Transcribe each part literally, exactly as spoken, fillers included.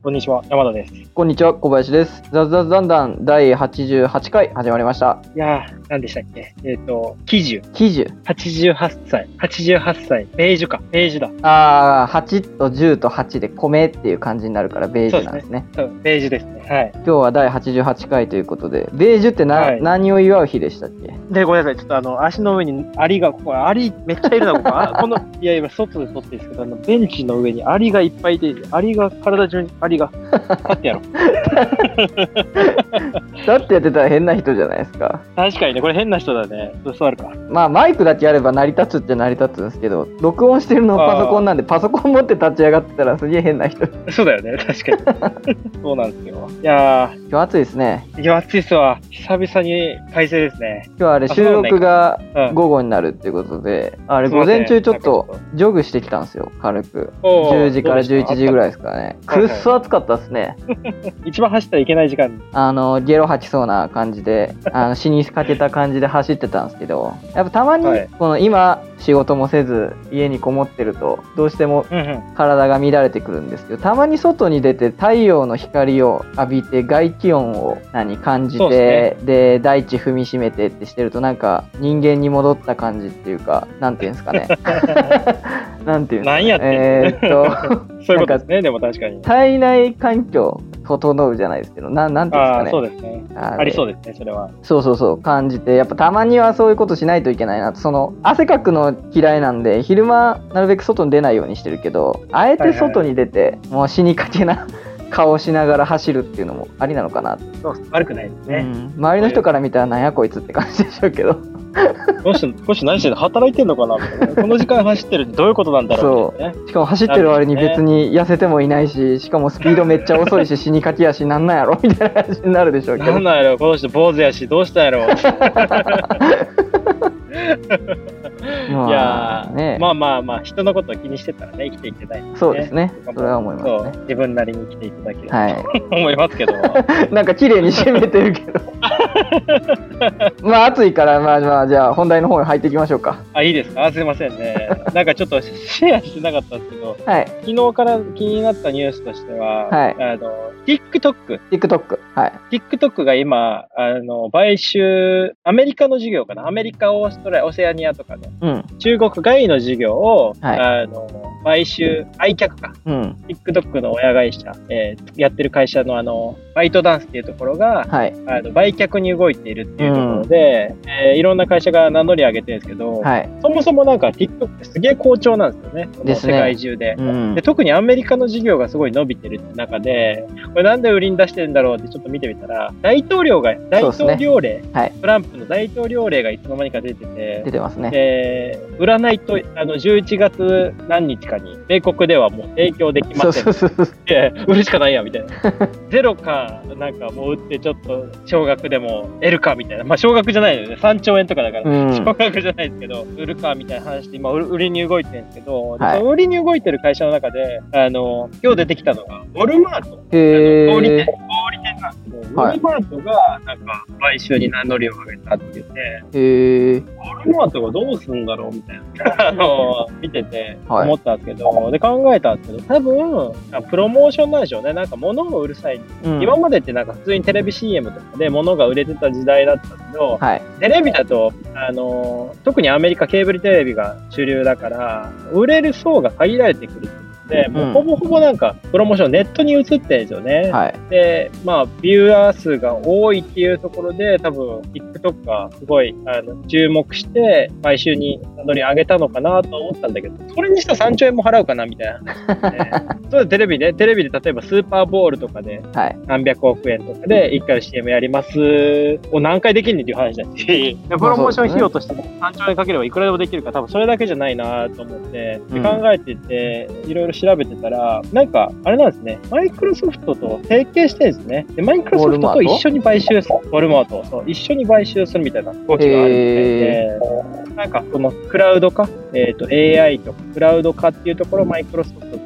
こんにちは、山田です。 こんにちは、小林です。ザズザズダンダンだいはちじゅうはちかい始まりました。 いやー、何でしたっけえっ、ー、と、喜寿。 喜寿。 はちじゅうはっさい。はちじゅうはっさい。ベージュか。ベージュだ。 あー、はちとじゅうとはちで米っていう感じになるからベージュなんですね。 そうですね。ベージュですね。はい。 今日はだいはちじゅうはちかいということで、ベージュってな、はい、何を祝う日でしたっけ？ で、ごめんなさい。ちょっとあの、足の上にアリが、ここ、アリめっちゃいるな、ここ。あこの、いや、今、外で撮ってるんですけど、あの、ベンチの上にアリがいっぱいいて、アリが、体中にアリが、立ってやろう。 だってやってたら変な人じゃないですか。 確かにね、これ変な人だね。座るか。 まあ、マイクだけあれば成り立つっちゃ成り立つんですけど、録音してるのパソコンなんで、パソコン持って立ち上がってたらすげえ変な人。 そうだよね、確かに。そうなんですよ。いやー。 今日暑いですね。 いや、暑いっすわ。久々に快晴ですね。 今日はあれ収録が午後になるっていうことで、うん、あれ午前中ちょっとジョグしてきたんですよ、軽く。じゅうじからじゅういちじぐらいですかね。くっそ暑かったですね。 一番走ったらいけない時間。 あの、ゲロ吐きそうな感じで、あの死にかけた感じで走ってたんですけど、やっぱたまに、この今、仕事もせず家にこもってるとどうしても体が乱れてくるんですけど、たまに外に出て太陽の光を浴びて外気温を何感じて、で、ね、大地踏みしめてってしてるとなんか人間に戻った感じっていうか、なんていうんですかね。なんていうんですかね。 何やってんの？ えー、っとそういうことですね。でも確かに体内環境整うじゃないですけど、ななんていうんですかね。 あ、そうですね。あ, ありそうですね、それは。 そうそうそう、感じて、やっぱたまにはそういうことしないといけないなと。その汗かくの嫌いなんで、昼間なるべく外に出ないようにしてるけど、あえて外に出て、はいはい、もう死にかけな顔しながら走るっていうのもありなのかな。 そう悪くないですね、 うん、周りの人から見たらなんやこいつって感じでしょうけど。 この人、この人何してるの？働いてんのかなみたいな。この時間走ってるってどういうことなんだろうみたいなね。 そう。しかも走ってる割に別に痩せてもいないし、しかもスピードめっちゃ遅いし、死にかけやし、なんなんやろみたいな感じになるでしょうけど。 なんなんやろ、この人坊主やし、どうしたんやろ。まあ、いやー、ね、まあまあまあ、人のことを気にしてたらね、生きていけない、ね。そうですね。それは思いますね。 自分なりに生きていただければ、はい、思いますけど。 なんか綺麗に締めてるけど。まあ暑いから、まあまあ、じゃあ本題の方に入っていきましょうか。 あ、いいですか？あ、すいませんね。なんかちょっとシェアしてなかったんですけど、はい、昨日から気になったニュースとしては、はい、あの、TikTok。 TikTok。はい。 TikTok が今、あの、買収、アメリカの事業かな？アメリカ、オーストラリア、オセアニアとかの、うん、中国外の事業を、はい、あの、買収、愛客か。うん、TikTok の親会社、えー、やってる会社のあの、バイトダンスっていうところが、はい、あの売却に動いているっていうところで、うん、えー、いろんな会社が名乗り上げてるんですけど、はい、そもそもなんか TikTok ってすげえ好調なんですよね。ですね。世界中で、うん、で。特にアメリカの事業がすごい伸びてるって中で、これなんで売りに出してるんだろうってちょっと見てみたら、大統領が、大統領令、ね、はい、トランプの大統領令がいつの間にか出てて、 出てますね。 で、売らないと、あの、じゅういちがつ何日かに、米国ではもう提供できません。そうそうそうそう。売るしかないや、みたいな。ゼロか、なんかもう売ってちょっと少額でも得るかみたいな。まあ少額じゃないのよね。さんちょうえんとかだから、うん、少額じゃないですけど、売るかみたいな話で今売りに動いてるんですけど、はい、その売りに動いてる会社の中で、あの、今日出てきたのが、ウォルマート。 へー。 小売店、小売店なんですけど、ウォルマートがなんか買収に名乗りを上げたって言って、 へー。 ウォルマートがどうするんだろうみたいな、あの、見てて思ったんですけど、はい、で考えたんですけど、多分、プロモーションなんでしょうね。なんか物を売る際に、うん、今までってなんか普通にテレビ シーエム とかで物が売れてた時代だったけど、はい、テレビだと、あの、特にアメリカケーブルテレビが主流だから、売れる層が限られてくる。で、もうほぼほぼなんか、プロモーションネットに移ってるんですよね。はい、で、まあ、ビューアー数が多いっていうところで、多分、TikTok がすごい、あの、注目して、買収に乗り上げたのかなと思ったんだけど、それにしたらさんちょうえんも払うかなみたいな話で、そうテレビで、テレビで例えばスーパーボールとかで、何百億円とかでいっかいの シーエム やりますを何回できるねっていう話だし、プロモーション費用としてもさんちょうえんかければいくらでもできるから、多分それだけじゃないなと思って、で考えてて、いろいろ調べてたら、なんか、あれなんですね、マイクロソフトと提携してるんですね。で、マイクロソフトと一緒に買収する、ウォルマート、そう、一緒に買収するみたいな動きがあるみたいで、なんか、そのクラウド化、えっと、エーアイ とかクラウド化っていうところをマイクロソフトと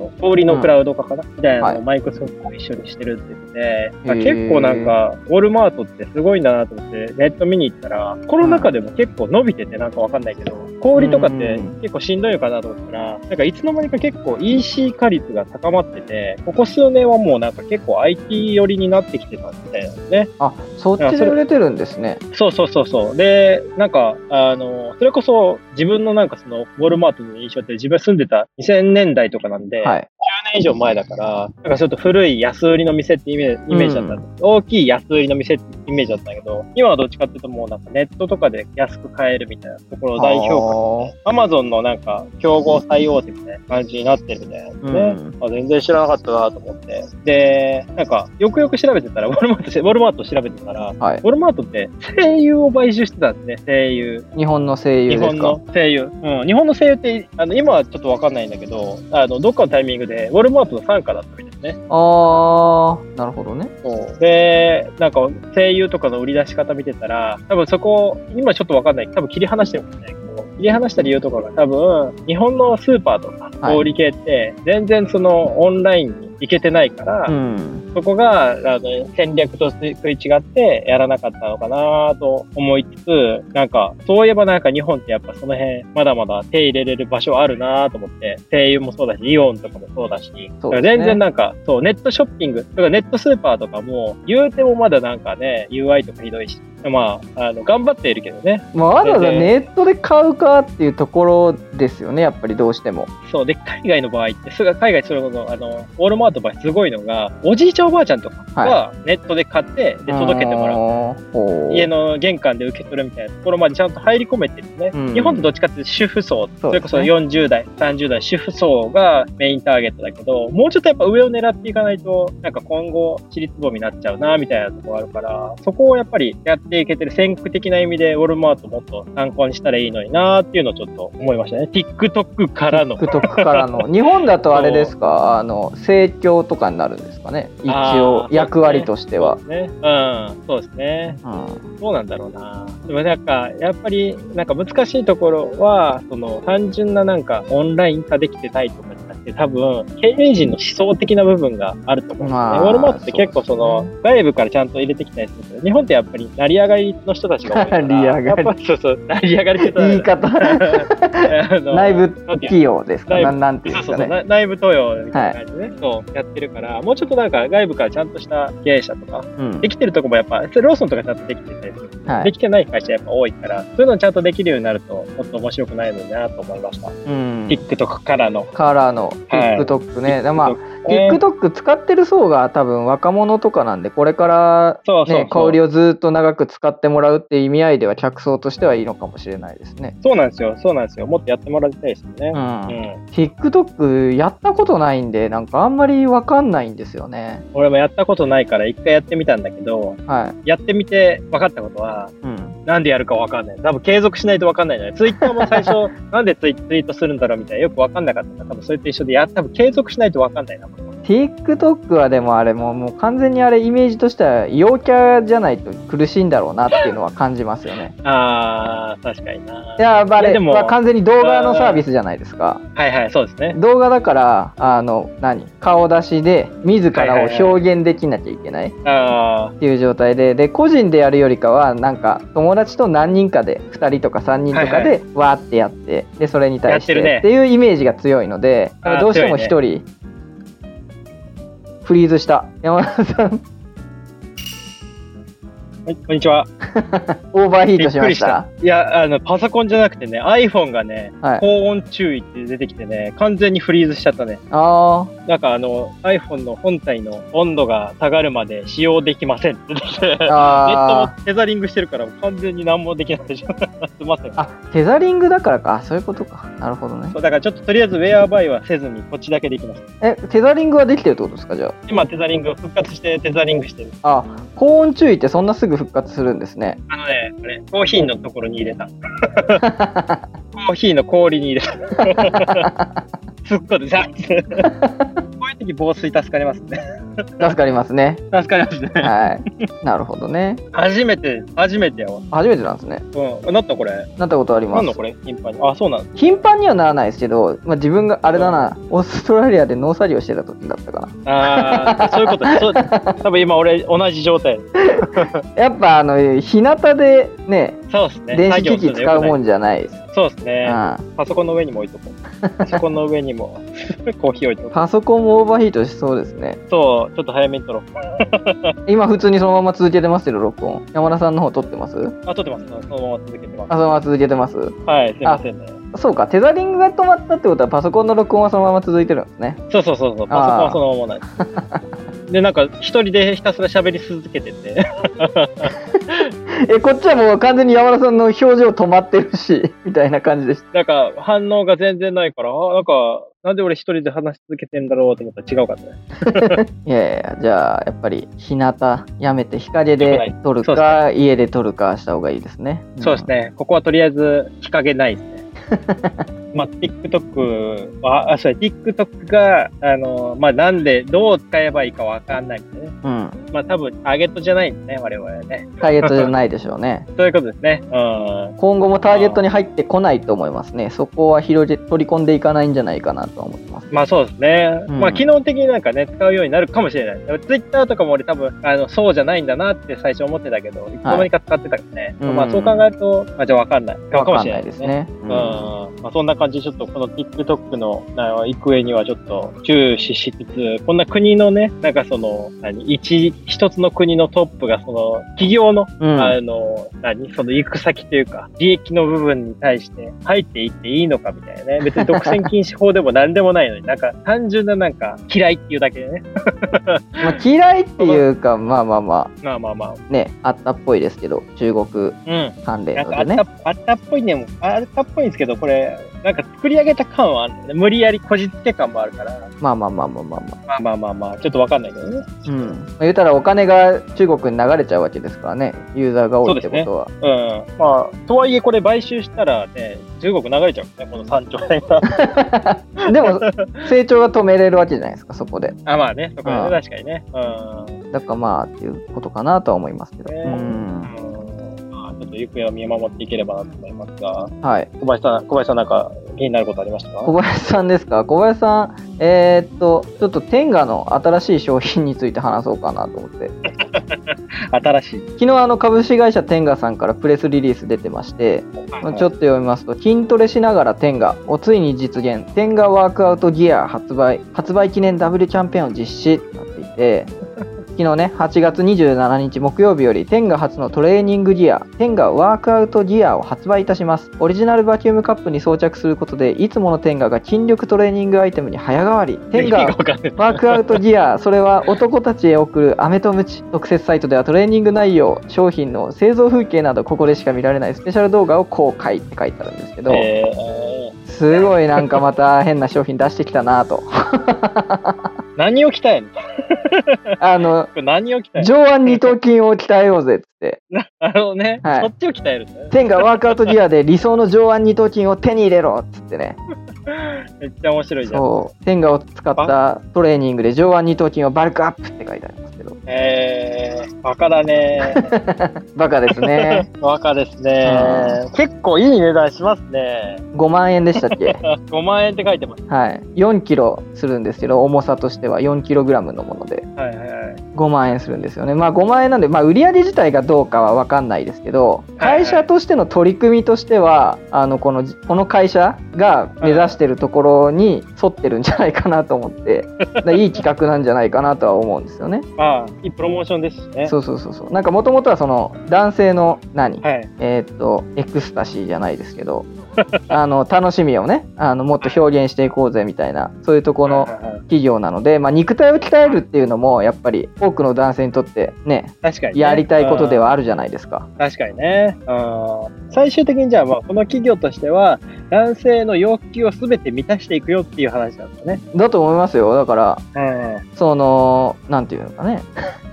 ド、氷のクラウド化かな、うん、みたいなのをマイクロソフトと一緒にしてるって言って、はい、結構なんか、ウォルマートってすごいんだなと思って、ネット見に行ったら、コロナ禍でも結構伸びててなんかわかんないけど、氷とかって結構しんどいのかなと思ったら、なんかいつの間にか結構 イーシー 化率が高まってて、ここ数年はもうなんか結構 アイティー 寄りになってきてたみたいなんですね。 あ、そっちで売れてるんですね。 そうそうそうそう。で、なんか、あの、それこそ自分のなんかその、ウォルマートの印象って自分住んでたにせんねんだいとかなんで、はい、じゅうねん以上前だから、なんかちょっと古い安売りの店ってイメージ、イメージだった、うん、大きい安売りの店ってイメージだったんだけど、今はどっちかっていうともうなんかネットとかで安く買えるみたいなところを大評価。アマゾンのなんか競合最大手みたいな感じになってるみたいなんですね。うん、あ、全然知らなかったなと思って。で、なんかよくよく調べてたら、ウォルマート、ウォルマート調べてたら、はい、ウォルマートって声優を買収してたんですね、声優。 日本の声優ですか？ 日本の声優。うん。日本の声優って、あの、今はちょっとわかんないんだけど、あの、どっかのタイミングで、ウォルマートの傘下だったみたいですね。 あー、なるほどね。 そう。で、なんか、声優とかの売り出し方見てたら、多分そこ、今ちょっとわかんない。多分切り離してるかもしれないけど、切り離した理由とかが多分、日本のスーパーとか、小売系って、全然その、オンラインに行けてないから、うん、そこが、あの、戦略と食い違ってやらなかったのかなと思いつつ、なんか、そういえばなんか日本ってやっぱその辺、まだまだ手入れれる場所あるなと思って、声優もそうだし、イオンとかもそうだし、そうですね、全然なんか、そう、ネットショッピング、とかネットスーパーとかも、言うてもまだなんかね、ユーアイ とかひどいし、まあ、あの、頑張っているけどね。 まあ、わざわざネットで買うかっていうところですよね、やっぱりどうしても。 そう、で、海外の場合って、すぐ海外それこそ、あの、ウォルマートの場合すごいのが、おじいちゃんおばあちゃんとかはネットで買って、で、届けてもらう。家の玄関で受け取るみたいなところまでちゃんと入り込めてるね。うん、日本とどっちかっていうと主婦層、それこそよんじゅうだい、さんじゅうだい主婦層がメインターゲットだけど、もうちょっとやっぱ上を狙っていかないと、なんか今後、尻つぼみになっちゃうな、みたいなところがあるから、そこをやっぱりやっていけてる先駆的な意味で、ウォルマートもっと参考にしたらいいのになっていうのをちょっと思いましたね。TikTok からの。 TikTok からの。日本だとあれですか、あの、盛況とかになるんですかね。一応、役割としては。 そうですね。うん。そうですね。うん。どうなんだろうな。でもなんか、やっぱり、なんか難しいところは、その、単純ななんか、オンライン化できてないとかじゃなくて、多分、経営陣の思想的な部分があると思うんですね。まあ、ウォルマートって結構その、ね、外部からちゃんと入れてきたりするけど、日本ってやっぱり、成り上がりの人たちが多いから。成り上がり。やっぱそうそう、成り上がりって言い方。内部企業ですか？なんていうんですかね。そうそうそう、 内部登用みたいな感じでね、はい、そうやってるから、もうちょっとなんか外部からちゃんとした経営者とか、うん、できてるとこもやっぱ、ローソンとかちゃんとできてたりする、はい、できてない会社やっぱ多いから、そういうのちゃんとできるようになると、もっと面白くないのになと思いました。うん、TikTok からの。 からの。TikTok ね。はい、まあ、TikTok 使ってる層が多分若者とかなんで、これから、ね、そうそうそう、香りをずっと長く使ってもらうっていう意味合いでは客層としてはいいのかもしれないですね。 そうなんですよ。そうなんですよ。もっとやってもらいたいですよね。うん。うん、 TikTok やったことないんで、なんかあんまりわかんないんですよね。 俺もやったことないから一回やってみたんだけど、はい、やってみて分かったことは、うん、なんでやるか分かんない。多分継続しないと分かんないじゃない。ツイッターも最初、なんでツイートするんだろうみたいな、よく分かんなかったから、多分それと一緒で、や、多分継続しないと分かんないな。 TikTok はでもあれももう完全にあれイメージとしては陽キャじゃないと苦しいんだろうなっていうのは感じますよね。 あー、確かにな。 いや、あれは完全に動画のサービスじゃないですか。 はいはい、そうですね。 動画だから、あの、何顔出しで自らを表現できなきゃいけないっていう状態で、で、個人でやるよりかは、なんか友達と何人かで、ふたりとかさんにんとかでわーってやって、で、それに対してっていうイメージが強いので、どうしても一人、フリーズした。山田さん。 はい、こんにちは。 オーバーヒートしました。 いや、あの、パソコンじゃなくてね、iPhone がね、はい、高温注意って出てきてね、完全にフリーズしちゃったね。ああ。なんかあの、iPhone の本体の温度が下がるまで使用できませんって出てきて、ネットもテザリングしてるから完全に何もできないでしょ。すいません。 あ、テザリングだからか。そういうことか。なるほどね。 そう、だからちょっととりあえずウェアバイはせずに、こっちだけできました。 え、テザリングはできてるってことですか、じゃあ。 今テザリング復活してテザリングしてる。 あ、高温注意ってそんなすぐ復活するんですね。 あのね、これコーヒーのところに入れた。コーヒーの氷に入れた。すっごいさ。こういう時防水助かりますね。 助かりますね。 助かりますね。 はい。なるほどね。 初めて、初めてやわ。 初めてなんですね。 うん。なったこれ。 なったことあります。 なんのこれ頻繁に。あ、そうなんです。 頻繁にはならないですけど、まあ、自分があれだな、うん、オーストラリアで農作業してた時だったかな。 ああ、そういうこと。そう多分今俺同じ状態。 やっぱあの日向でね、 そうですね。 電子機器使うもんじゃないです。 そうですね。うん、パソコンの上にも置いとこう。パソコンの上にもコーヒー置いとこう。 パソコンもオーバーヒートしそうですね。 そう、ちょっと早めに撮ろう。 今普通にそのまま続けてますけど、録音。山田さんの方撮ってます？ あ、撮ってます。そのまま続けてます。 あ、そのまま続けてます。 はい、すいませんね。 そうか、テザリングが止まったってことはパソコンの録音はそのまま続いてるんですね。 そうそうそうそう、パソコンはそのままない。で、なんか一人でひたすら喋り続けてて。 え、こっちはもう完全に山田さんの表情止まってるし、みたいな感じでした。 なんか反応が全然ないから、あ、なんか、なんで俺一人で話し続けてんだろうと思ったら違うかったね。 いやいや、じゃあ、やっぱり、日向やめて日陰で撮るか、ね、家で撮るかした方がいいですね。 そうですね。ここはとりあえず日陰ないですね。まあ、TikTok は、あ、そうや、TikTok が、あの、まあ、なんで、どう使えばいいかわかんないんでね。うん。まあ、多分、ターゲットじゃないんですね、我々はね。 ターゲットじゃないでしょうね。 そういうことですね。うん。 今後もターゲットに入ってこないと思いますね。そこは広げ、取り込んでいかないんじゃないかなと思ってます。 まあ、そうですね。うん、まあ、機能的になんかね、使うようになるかもしれない。Twitter とかも俺多分、あの、そうじゃないんだなって最初思ってたけど、いつの間にか使ってたからね。はい、まあ、そう考えると、まあ、じゃあわかんない。かもしれないですね。うん。まあ、そんな感じで、ちょっとこの TikTok の行方にはちょっと注視しつつ、こんな国のね、なんかその、何、一、一つの国のトップがその、企業の、うん、あの、何、その行く先というか、利益の部分に対して入っていっていいのかみたいなね。別に独占禁止法でも何でもないのに、なんか単純ななんか嫌いっていうだけでね。 まあ嫌いっていうか、まあまあまあ。 まあまあまあ。 ね、あったっぽいですけど、中国関連のでね。 なんかあった、あったっぽいね、あったっぽいんですけど、これ、なんか作り上げた感はあるんだね。無理やりこじつけ感もあるから。 まあまあまあまあまあまあ。 まあまあまあまあ、ちょっとわかんないけどね。 うん。言うたらお金が中国に流れちゃうわけですからね。ユーザーが多いってことは。 そうですね。うん。まあ、とはいえこれ買収したらね、中国流れちゃうね、このさんちょうえんが。 でも、成長が止めれるわけじゃないですか、そこで。 あ、まあね、そこでね、確かにね。 うん。だからまあ、っていうことかなとは思いますけど。ね、うん。 ちょっと行方を見守っていければなと思いますが、 はい。 小林さん、小林さんなんか気になることありましたか？ 小林さんですか？小林さん、えー、っと、ちょっとテンガの新しい商品について話そうかなと思って。 新しい。 昨日あの株式会社テンガさんからプレスリリース出てまして、はいはい、ちょっと読みますと、筋トレしながらテンガをついに実現、テンガワークアウトギア発売、発売記念ダブルキャンペーンを実施となっていて、昨日ね、はちがつにじゅうしちにち木曜日よりテンガ初のトレーニングギア、テンガワークアウトギアを発売いたします。オリジナルバキュームカップに装着することで、いつものテンガが筋力トレーニングアイテムに早変わり。テンガワークアウトギア、それは男たちへ送る飴とムチ。特設サイトではトレーニング内容、商品の製造風景などここでしか見られないスペシャル動画を公開って書いてあるんですけど、えー、すごいなんかまた変な商品出してきたなと。 何を鍛えんの？ あの、 何を鍛える？ 上腕二頭筋を鍛えようぜっつって。 なるほどね、はい。そっちを鍛えるんだね。 テンガワークアウトギアで理想の上腕二頭筋を手に入れろっつってね。 めっちゃ面白いじゃん。 そう。テンガを使ったトレーニングで上腕二頭筋をバルクアップって書いてありますけど。 えー、バカだね。 バカですね。 バカですね。結構いい値段しますね。 ごまんえんでしたっけ？ ごまんえんって書いてます。 はい。よんキロするんですけど、重さとしてはよんキログラムのもので。はいはいはい。ごまんえんするんですよね。まあごまんえんなんで、まあ売り上げ自体がどうかは分かんないですけど、会社としての取り組みとしては、あのこのこの会社が目指してるところに沿ってるんじゃないかなと思って、いい企画なんじゃないかなとは思うんですよね。 ああ、いいプロモーションですね。 そうそうそうそう。なんかもともとはその男性の何、はい、えー、っとエクスタシーじゃないですけど。あの楽しみをね、あのもっと表現していこうぜみたいな、そういうところの企業なので、まあ、肉体を鍛えるっていうのもやっぱり多くの男性にとってね、確かにね、やりたいことではあるじゃないですか。 確かにね。うん、最終的にじゃあ、まあこの企業としては男性の要求を全て満たしていくよっていう話なんですね。 だと思いますよ。だから、うん、そのなんていうのかね。フ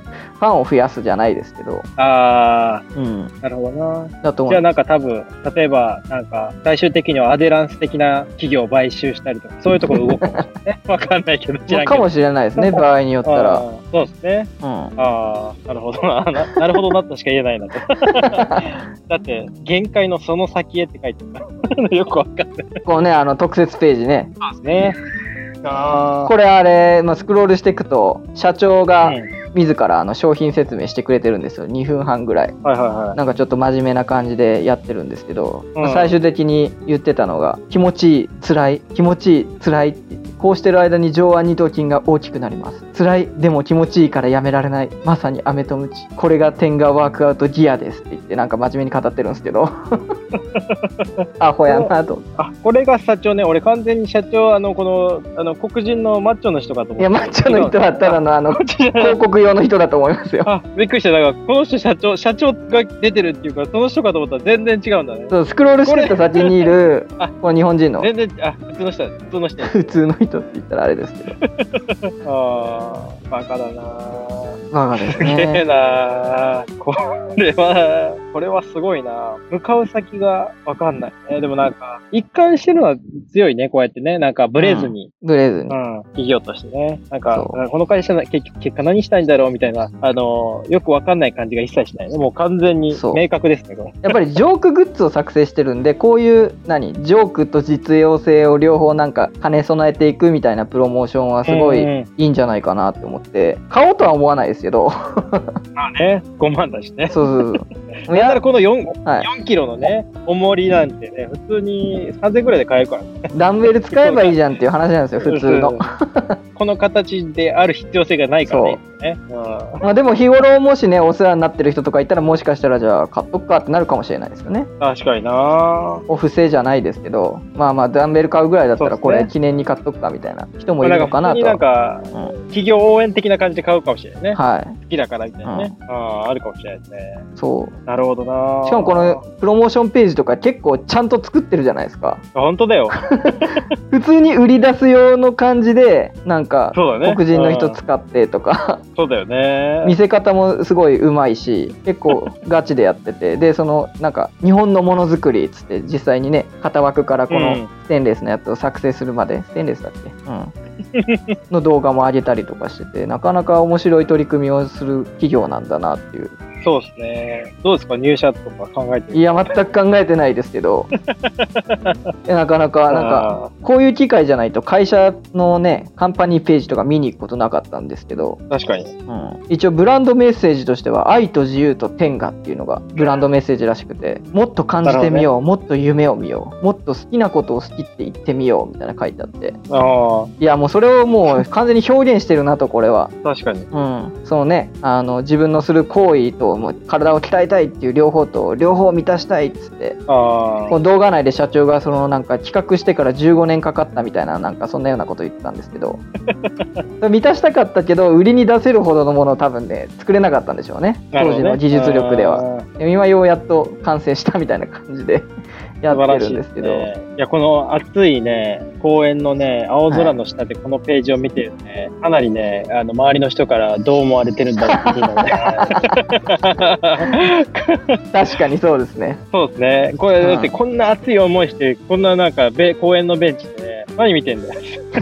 ファンを増やすじゃないですけど。 ああ、 うん。 なるほどな。 だと思う。 じゃあなんか多分、例えば、なんか、最終的にはアデランス的な企業を買収したりとか、そういうところ動くかもしれないね。わかんないけど、知らんけど。 かもしれないですね、場合によったら。 そうですね。うん。ああ、なるほどな。ななるほどなとしか言えないなと。だって、限界のその先へって書いてある。よくわかんない。 こうね、あの、特設ページね。 そうですね。あこれあれ、まあ、スクロールしていくと、社長が自らあの商品説明してくれてるんですよ。にふんはんぐらい。 はいはいはい。 なんかちょっと真面目な感じでやってるんですけど、うん、最終的に言ってたのが、気持ちいい、辛い、気持ちいい、辛いって言って、こうしてる間に上腕二頭筋が大きくなります。辛い、でも気持ちいいからやめられない。まさに飴とムチ。これがテンガワークアウトギアですって言って、なんか真面目に語ってるんですけど。アホやなと。 あ、これが社長ね。俺完全に社長、あの、この、あの、黒人のマッチョの人かと思って。 いや、マッチョの人だったらの、あの、広告用の人だと思いますよ。 あ、びっくりした。だから、この人社長、社長が出てるっていうか、その人かと思ったら全然違うんだね。 そう、スクロールしてった先にいる、こ, この日本人の。 全然、あ、普通の人だ。普通の人。 普通の人って言ったらあれですけど。 ああ、バカだなバカですね。 すげえなこれは、これはすごいな向かう先がわかんないね。でもなんか、一貫してるのは強いね、こうやってね。なんか、ブレずに。 うん、ブレずに。 うん。企業としてね。なんか、この会社の結結果何したいんだろうみたいな、あの、よくわかんない感じが一切しないね。もう完全に明確ですけど。 やっぱりジョークグッズを作成してるんで、こういう、何ジョークと実用性を両方なんか兼ね備えていくみたいなプロモーションはすごいいいんじゃないかなって思って、買おうとは思わないですけど。 まあね、ごまんだしね。 そうそうそう。 やったらこの 4,、はい、よんキロのね、重りなんてね、普通にさんぜんえんぐらいで買えるからね。 ダンベル使えばいいじゃんっていう話なんですよ、普通の。 この形である必要性がないからね。ねうん、まあでも日頃もしね、お世話になってる人とかいたら、もしかしたらじゃあ買っとくかってなるかもしれないですよね。 確かになお布施じゃないですけど、まあまあダンベル買うぐらいだったらこれ記念に買っとくかみたいな人もいるのかなと。 なんか、うん、企業応援的な感じで買うかもしれないね。 はい。 好きだからみたいなね。うん、あ, あるかもしれないですね。 そう。 なるほどなしかもこのプロモーションページとか結構ちゃんと作ってるじゃないですか。 本当だよ。 普通に売り出す用の感じで、なんか、 ね、 黒人の人使ってとか。 そうだよね。 見せ方もすごい上手いし、結構ガチでやってて、で、その、なんか、日本のものづくりっつって実際にね、型枠からこのステンレスのやつを作成するまで、うん、ステンレスだっけうん。の動画も上げたりとかしてて、なかなか面白い取り組みをする企業なんだなっていう。 そうですね。どうですか、入社とか考えてる？ いや、全く考えてないですけど、なかなか、なんか、こういう機会じゃないと会社のね、カンパニーページとか見に行くことなかったんですけど、 確かに。 うん、一応、ブランドメッセージとしては、愛と自由と天下っていうのがブランドメッセージらしくて、もっと感じてみよう、ね、もっと夢を見よう、もっと好きなことを好きって言ってみようみたいな書いてあって、あいや、もうそれをもう完全に表現してるなと、これは。 確かに。 うん。そのね、あの、自分のする行為と、もう体を鍛えたいっていう両方と両方満たしたいっつって、あこの動画内で社長がそのなんか企画してからじゅうごねんかかったみたいな、なんかそんなようなこと言ってたんですけど満たしたかったけど売りに出せるほどのものを多分ね作れなかったんでしょうね、当時の技術力では。今ようやっと完成したみたいな感じでやってるんですけど、 ね、いやこの暑いね公園のね青空の下でこのページを見てるね、はい、かなりねあの周りの人からどう思われてるんだっていうのね確かにそうですね。 そうですね。これだってこんな熱い思いしてこんななんかベ公園のベンチでね何見てんだよ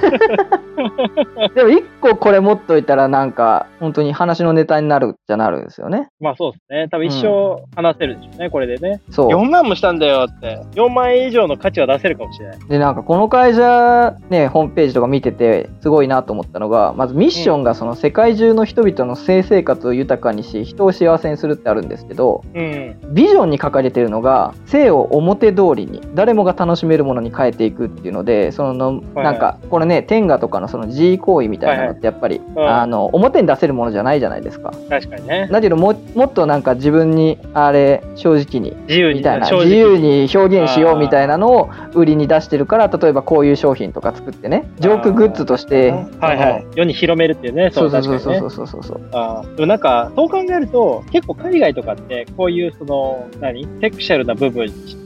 でも一個これ持っといたらなんか本当に話のネタになるじゃなるんですよね。 まあそうですね。多分一生話せるでしょうね、うん、これでね。そう。よんまんもしたんだよってよんまんえん以上の価値は出せるかもしれない。 でなんかこの会社ねホームページとか見ててすごいなと思ったのが、まずミッションがその世界中の人々の性生活を豊かにし人を幸せにするってあるんですけど、うん、ビジョンに書かれてるのが性を表通りに誰もが楽しめるものに変えていくっていうので、その、はいはい、なんかこれね天下とかのその自慰行為みたいなのってやっぱり、はいはい、あの表に出せるものじゃないじゃないですか。 確かにね。 だけどももっとなんか自分にあれ正直に自由にみたいな自由に表現しようみたいなのを売りに出してるから、例えばこういう商品とか作ってねジョークグッズとしてはいはい世に広めるっていうね。 そうそうそうそうそうそうそう。 あでもなんかそう考えると結構海外とかってこういうその何セクシャルな部分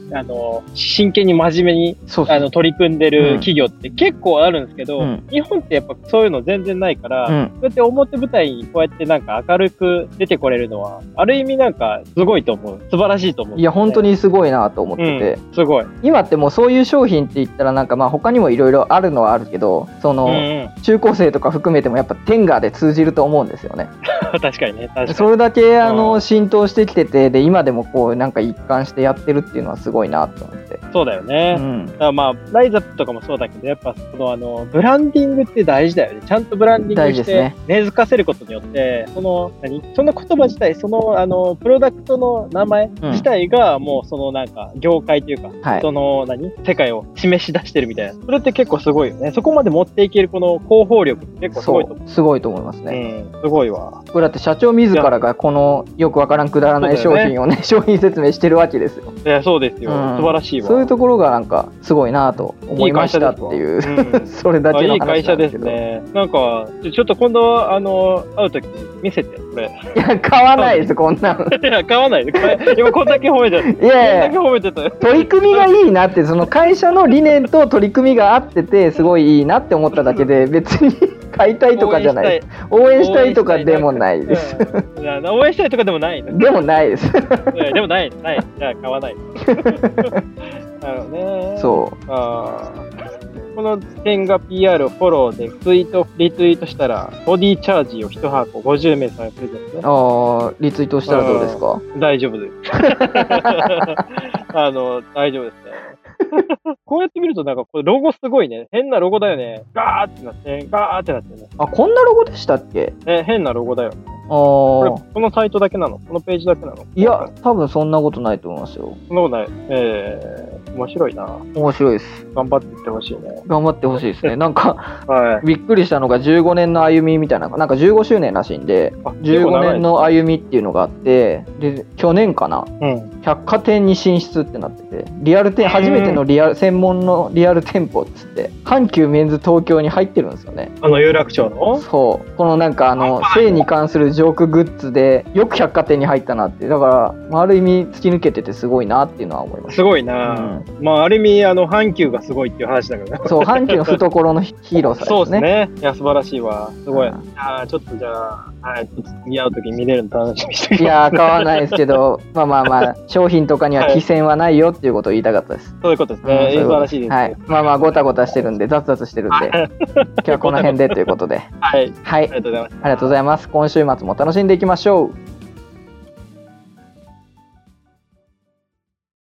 あの、真剣に真面目に、そうそう、あの、取り組んでる企業って結構あるんですけど、うん、日本ってやっぱそういうの全然ないから、うん、そうやって表舞台にこうやってなんか明るく出てこれるのは、ある意味なんかすごいと思う。素晴らしいと思う、ね。 いや、本当にすごいなと思ってて、 うん、すごい。 今ってもうそういう商品って言ったらなんかまあ他にもいろいろあるのはあるけど、その、うんうん、中高生とか含めてもやっぱテンガーで通じると思うんですよね。 確かにね、確かに。 それだけあの浸透してきてて、で今でもこうなんか一貫してやってるっていうのはすごいなと思って。 そうだよね。うん、だからまあライザップとかもそうだけど、やっぱそのあのブランディングって大事だよね。ちゃんとブランディングして根付かせることによって、その何その言葉自体、そのあのプロダクトの名前自体がもうそのなんか業界というか、うん、その何世界を示し出してるみたいな。それって結構すごいよね。そこまで持っていけるこの広報力って結構すごいと思う。 すごいと思いますね。 うん、すごいわ。 これだって社長自らがこのよくわからんくだらない商品をね、商品説明してるわけですよ。 いや、そうですよ、うん。素晴らしいわ。 そういうところがなんかすごいなと思いましたっていう、いいうん、それだけの話なんですけど。いい会社ですね。なんかちょっと今度あの会うとき見せてこれ。 いや、買わないですこんなの。 いや、買わないです。今こんだけ褒めちゃった。いやいや、こんだけ褒めてたよ。 取り組みがいいなって、その会社の理念と取り組みが合っててすごいいいなって思っただけで、別に買いたいとかじゃないです。応援したいとかでもないです。 うん、応援したいとかでもないの。 でもないです。 でもない、ない。じゃあ買わない。なるほどね。 そう。 あこの点が ピーアール をフォローでツイート、リツイートしたら、ボディチャージをいち箱ごじゅうめいさんプレゼントね。 ああ、リツイートしたらどうですか？ 大丈夫です。あの、大丈夫ですね。こうやって見るとなんかこれロゴすごいね。変なロゴだよね。ガーってなって、ガーってなってね。 あ、こんなロゴでしたっけ？ え、変なロゴだよ。あここのサイトだけなの？このページだけなの？ いや、多分そんなことないと思いますよ。 そんなことない。えー、面白いな。 面白いです。 頑張っていってほしいね。 頑張ってほしいですね。なんか、はい、びっくりしたのがじゅうごねんの歩みみたいな、なんかじゅうごしゅうねんらしいんで、じゅうごねんの歩みっていうのがあって、で、去年かな、うん、百貨店に進出ってなってて、リアル店、初めてのリアル、専門のリアル店舗っつって、阪急メンズ東京に入ってるんですよね。 あの有楽町の？ そう。このなんかあの、性に関するジョークグッズで、よく百貨店に入ったなって。だから、ある意味突き抜けててすごいなっていうのは思います。 すごいな、うん、まあ、ある意味、あの、阪急がすごいっていう話だけどね。 そう、阪急の懐のヒーローさですね。 そうですね。いや、素晴らしいわ。すごい。うん、あちょっとじゃあ、はい、次会うとき見れるの楽しみにしておきます。 いや、買わないですけど、まあまあまあ、商品とかには規制はないよっていうことを言いたかったです。 はい、そういうことですね。うん、素晴らしいです。 はい。まあまあ、ごたごたしてるんで、雑々してるんで、今日はこの辺でということで。 はい。 はい。ありがとうございます。ありがとうございます。今週末も楽しんでいきましょう。